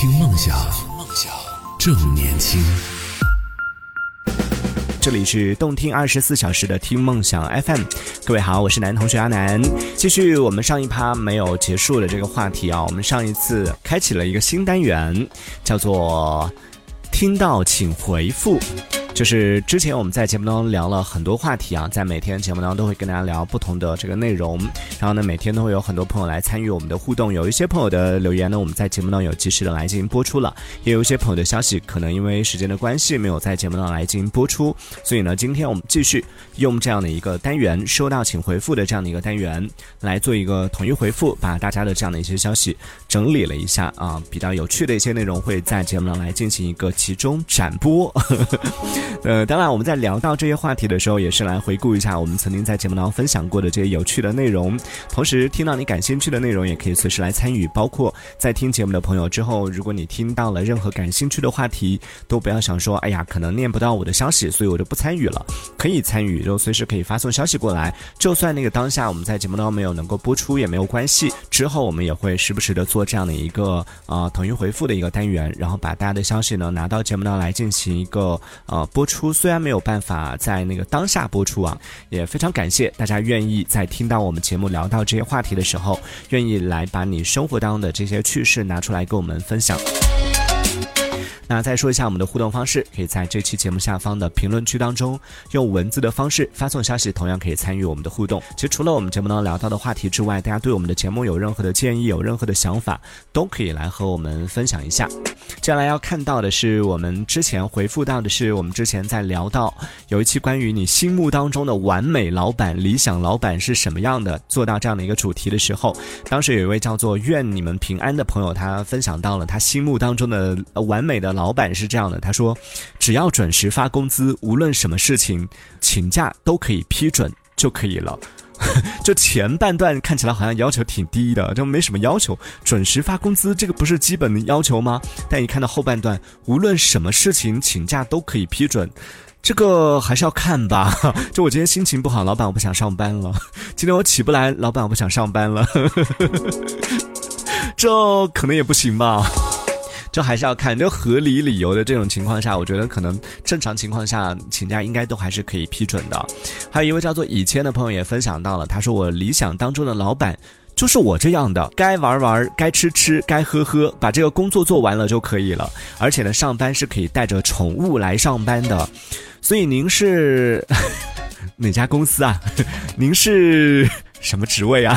听梦想，正年轻。 这里是动听24小时的听梦想 FM， 各位好，我是男同学阿南。继续我们上一趴没有结束的这个话题啊，我们上一次开启了一个新单元，叫做听到请回复。就是之前我们在节目当中聊了很多话题啊，在每天节目当中都会跟大家聊不同的这个内容，然后呢每天都会有很多朋友来参与我们的互动，有一些朋友的留言呢我们在节目当中有及时的来进行播出了，也有一些朋友的消息可能因为时间的关系没有在节目当中来进行播出，所以呢今天我们继续用这样的一个单元，收到请回复的这样的一个单元来做一个统一回复，把大家的这样的一些消息整理了一下啊，比较有趣的一些内容会在节目上来进行一个集中展播当然我们在聊到这些话题的时候也是来回顾一下我们曾经在节目当中分享过的这些有趣的内容，同时听到你感兴趣的内容也可以随时来参与，包括在听节目的朋友之后，如果你听到了任何感兴趣的话题，都不要想说哎呀可能念不到我的消息所以我就不参与了，可以参与，就随时可以发送消息过来，就算那个当下我们在节目当中没有能够播出也没有关系，之后我们也会时不时的做这样的一个统一回复的一个单元，然后把大家的消息呢拿到节目当中来进行一个播出，虽然没有办法在那个当下播出啊，也非常感谢大家愿意在听到我们节目聊到这些话题的时候，愿意来把你生活当中的这些趣事拿出来跟我们分享。那再说一下我们的互动方式，可以在这期节目下方的评论区当中用文字的方式发送消息，同样可以参与我们的互动。其实除了我们节目当中聊到的话题之外，大家对我们的节目有任何的建议，有任何的想法，都可以来和我们分享一下。接下来要看到的是我们之前回复到的是我们之前在聊到有一期关于你心目当中的完美老板、理想老板是什么样的，做到这样的一个主题的时候，当时有一位叫做愿你们平安的朋友，他分享到了他心目当中的完美的老板是这样的，他说只要准时发工资，无论什么事情请假都可以批准就可以了。就前半段看起来好像要求挺低的，就没什么要求，准时发工资这个不是基本的要求吗？但一看到后半段无论什么事情请假都可以批准，这个还是要看吧。就我今天心情不好，老板我不想上班了，今天我起不来，老板我不想上班了这可能也不行吧，就还是要看，就合理理由的这种情况下，我觉得可能正常情况下请假应该都还是可以批准的。还有一位叫做以谦的朋友也分享到了，他说我理想当中的老板就是我这样的，该玩玩，该吃吃，该喝喝，把这个工作做完了就可以了，而且呢上班是可以带着宠物来上班的。所以您是哪家公司啊？您是什么职位啊？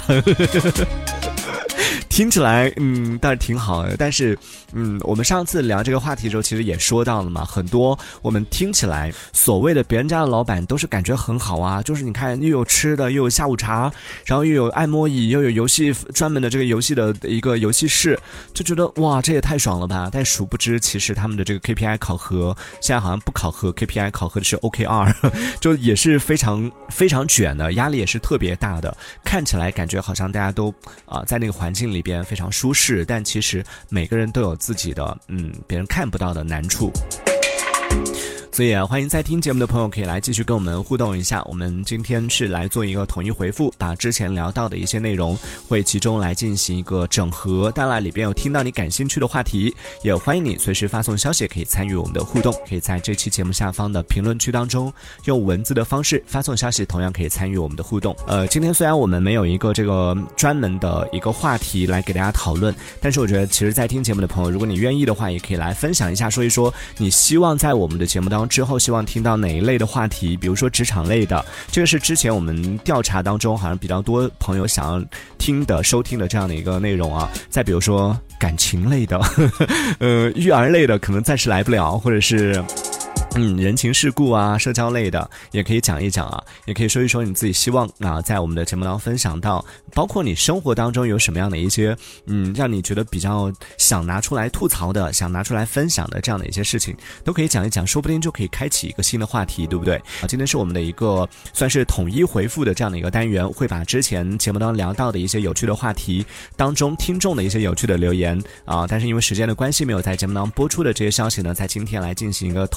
听起来倒是挺好的，但是我们上次聊这个话题的时候其实也说到了嘛，很多我们听起来所谓的别人家的老板都是感觉很好啊，就是你看又有吃的，又有下午茶，然后又有按摩椅，又有游戏专门的这个游戏的一个游戏室，就觉得哇这也太爽了吧。但殊不知其实他们的这个 KPI 考核现在好像不考核 KPI， 考核的是 OKR， 就也是非常非常卷的，压力也是特别大的，看起来感觉好像大家都在那个环境里边非常舒适，但其实每个人都有自己的别人看不到的难处。所以欢迎在听节目的朋友可以来继续跟我们互动一下，我们今天是来做一个统一回复，把之前聊到的一些内容会集中来进行一个整合，当然里边有听到你感兴趣的话题，也欢迎你随时发送消息可以参与我们的互动，可以在这期节目下方的评论区当中用文字的方式发送消息，同样可以参与我们的互动。今天虽然我们没有一个这个专门的一个话题来给大家讨论，但是我觉得其实在听节目的朋友，如果你愿意的话也可以来分享一下，说一说你希望在我们的节目当中之后希望听到哪一类的话题，比如说职场类的，这个是之前我们调查当中好像比较多朋友想要听的收听的这样的一个内容啊。再比如说感情类的育儿类的可能暂时来不了，或者是人情世故啊，社交类的也可以讲一讲啊，也可以说一说你自己希望在我们的节目当中分享到，包括你生活当中有什么样的一些让你觉得比较想拿出来吐槽的，想拿出来分享的这样的一些事情，都可以讲一讲，说不定就可以开启一个新的话题，对不对？今天是我们的一个算是统一回复的这样的一个单元，会把之前节目当中聊到的一些有趣的话题当中听众的一些有趣的留言但是因为时间的关系没有在节目当中播出的这些消息呢，在今天来进行一个统一的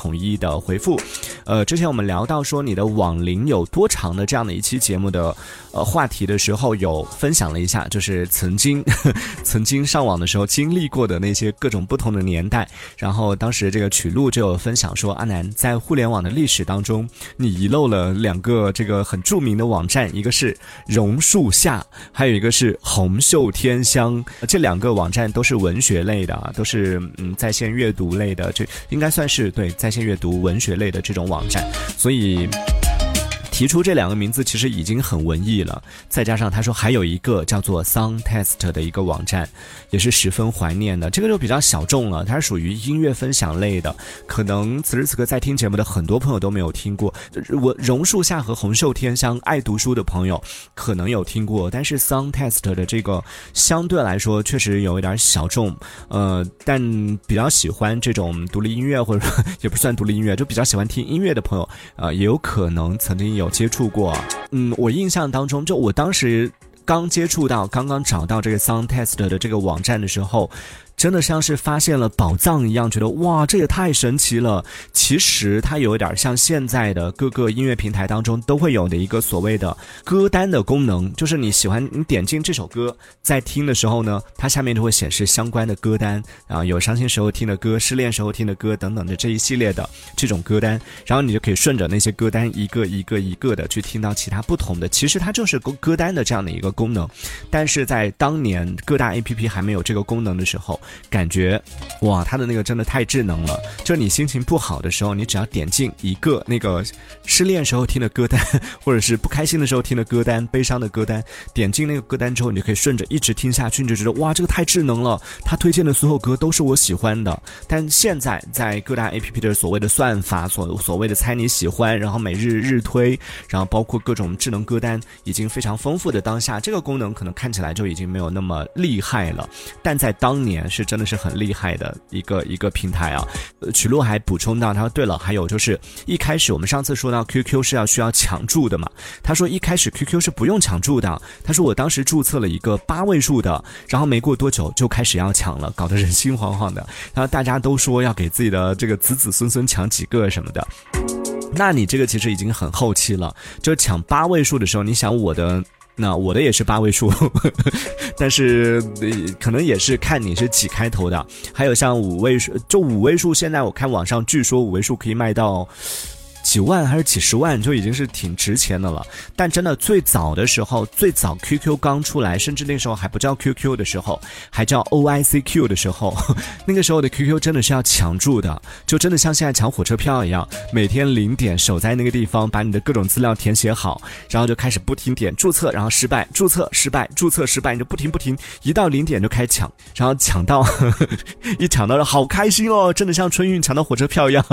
的回复。之前我们聊到说你的网龄有多长的这样的一期节目的话题的时候，有分享了一下，就是曾经上网的时候经历过的那些各种不同的年代。然后当时这个曲路就有分享说，阿南在互联网的历史当中，你遗漏了2个这个很著名的网站，一个是榕树下，还有一个是红袖添香。这2个网站都是文学类的，都是在线阅读类的，这应该算是对在线阅读文学类的这种网站，所以提出这2个名字其实已经很文艺了。再加上他说还有一个叫做 Soundtest 的一个网站，也是十分怀念的，这个就比较小众了，它是属于音乐分享类的，可能此时此刻在听节目的很多朋友都没有听过。我榕树下和红袖添香爱读书的朋友可能有听过，但是 Soundtest 的这个相对来说确实有一点小众，但比较喜欢这种独立音乐，或者说也不算独立音乐，就比较喜欢听音乐的朋友也有可能曾经有接触过。我印象当中，就我当时刚刚找到这个 Soundtest 的这个网站的时候，真的像是发现了宝藏一样，觉得哇，这也太神奇了。其实它有一点像现在的各个音乐平台当中都会有的一个所谓的歌单的功能，就是你点进这首歌，在听的时候呢，它下面就会显示相关的歌单，然后有伤心时候听的歌，失恋时候听的歌等等的这一系列的这种歌单，然后你就可以顺着那些歌单一个的去听到其他不同的，其实它就是歌单的这样的一个功能。但是在当年各大 APP 还没有这个功能的时候，感觉哇，它的那个真的太智能了。就你心情不好的时候，你只要点进一个那个失恋时候听的歌单，或者是不开心的时候听的歌单，悲伤的歌单，点进那个歌单之后，你就可以顺着一直听下去，你就觉得哇，这个太智能了，他推荐的所有歌都是我喜欢的。但现在在各大 APP 的所谓的算法，所谓的猜你喜欢，然后每日日推，然后包括各种智能歌单已经非常丰富的当下，这个功能可能看起来就已经没有那么厉害了，但在当年是真的是很厉害的一个平台啊。曲路还补充到，他说对了，还有就是一开始我们上次说到 QQ 是需要抢注的嘛，他说一开始 QQ 是不用抢注的，他说我当时注册了一个8位数的，然后没过多久就开始要抢了，搞得人心惶惶的，然后大家都说要给自己的这个子子孙孙抢几个什么的。那你这个其实已经很后期了，就抢8位数的时候，你想我的也是8位数但是可能也是看你是几开头的，还有像5位数，就5位数现在我看网上据说5位数可以卖到几万还是几十万，就已经是挺值钱的了。但真的最早的时候，最早 QQ 刚出来，甚至那时候还不叫 QQ 的时候，还叫 OICQ 的时候，那个时候的 QQ 真的是要抢注的，就真的像现在抢火车票一样，每天0点守在那个地方，把你的各种资料填写好，然后就开始不停点注册，然后失败，注册失败，注册失败，你就不停，一到0点就开始抢，然后抢到一抢到好开心哦，真的像春运抢到火车票一样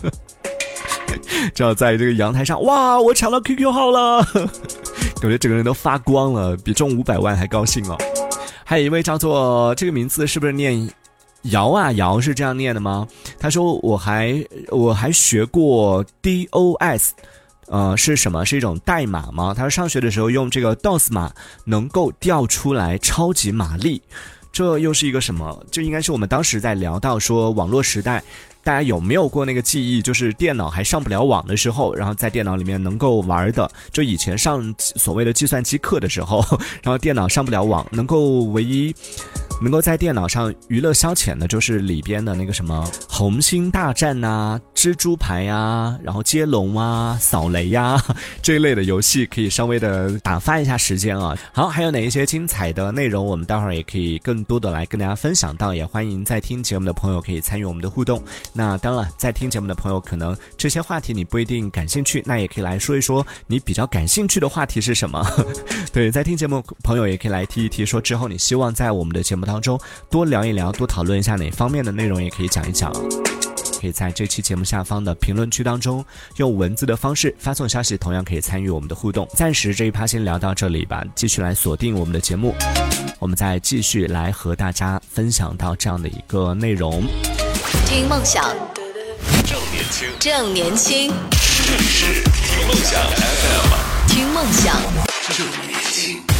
就要在这个阳台上，哇，我抢到 QQ 号了感觉整个人都发光了，比中500万还高兴哦。还有一位叫做，这个名字是不是念姚啊，姚是这样念的吗？他说我还学过 DOS，是什么？是一种代码吗？他说上学的时候用这个 DOS 码能够调出来超级玛丽，这又是一个什么？这应该是我们当时在聊到说网络时代，大家有没有过那个记忆，就是电脑还上不了网的时候，然后在电脑里面能够玩的，就以前上所谓的计算机课的时候，然后电脑上不了网，唯一能够在电脑上娱乐消遣的就是里边的那个什么红星大战啊、蜘蛛牌啊，然后接龙啊、扫雷啊这一类的游戏，可以稍微的打发一下时间啊。好，还有哪一些精彩的内容，我们待会儿也可以更多的来跟大家分享到，也欢迎在听节目的朋友可以参与我们的互动。那当然在听节目的朋友可能这些话题你不一定感兴趣，那也可以来说一说你比较感兴趣的话题是什么对，在听节目朋友也可以来提一提，说之后你希望在我们的节目当中多聊一聊，多讨论一下哪方面的内容，也可以讲一讲，可以在这期节目下方的评论区当中用文字的方式发送消息，同样可以参与我们的互动。暂时这一趴先聊到这里吧，继续来锁定我们的节目，我们再继续来和大家分享到这样的一个内容。 听梦想， 正年轻， 正年轻， 这里是听梦想 FM， 听梦想， 正年轻。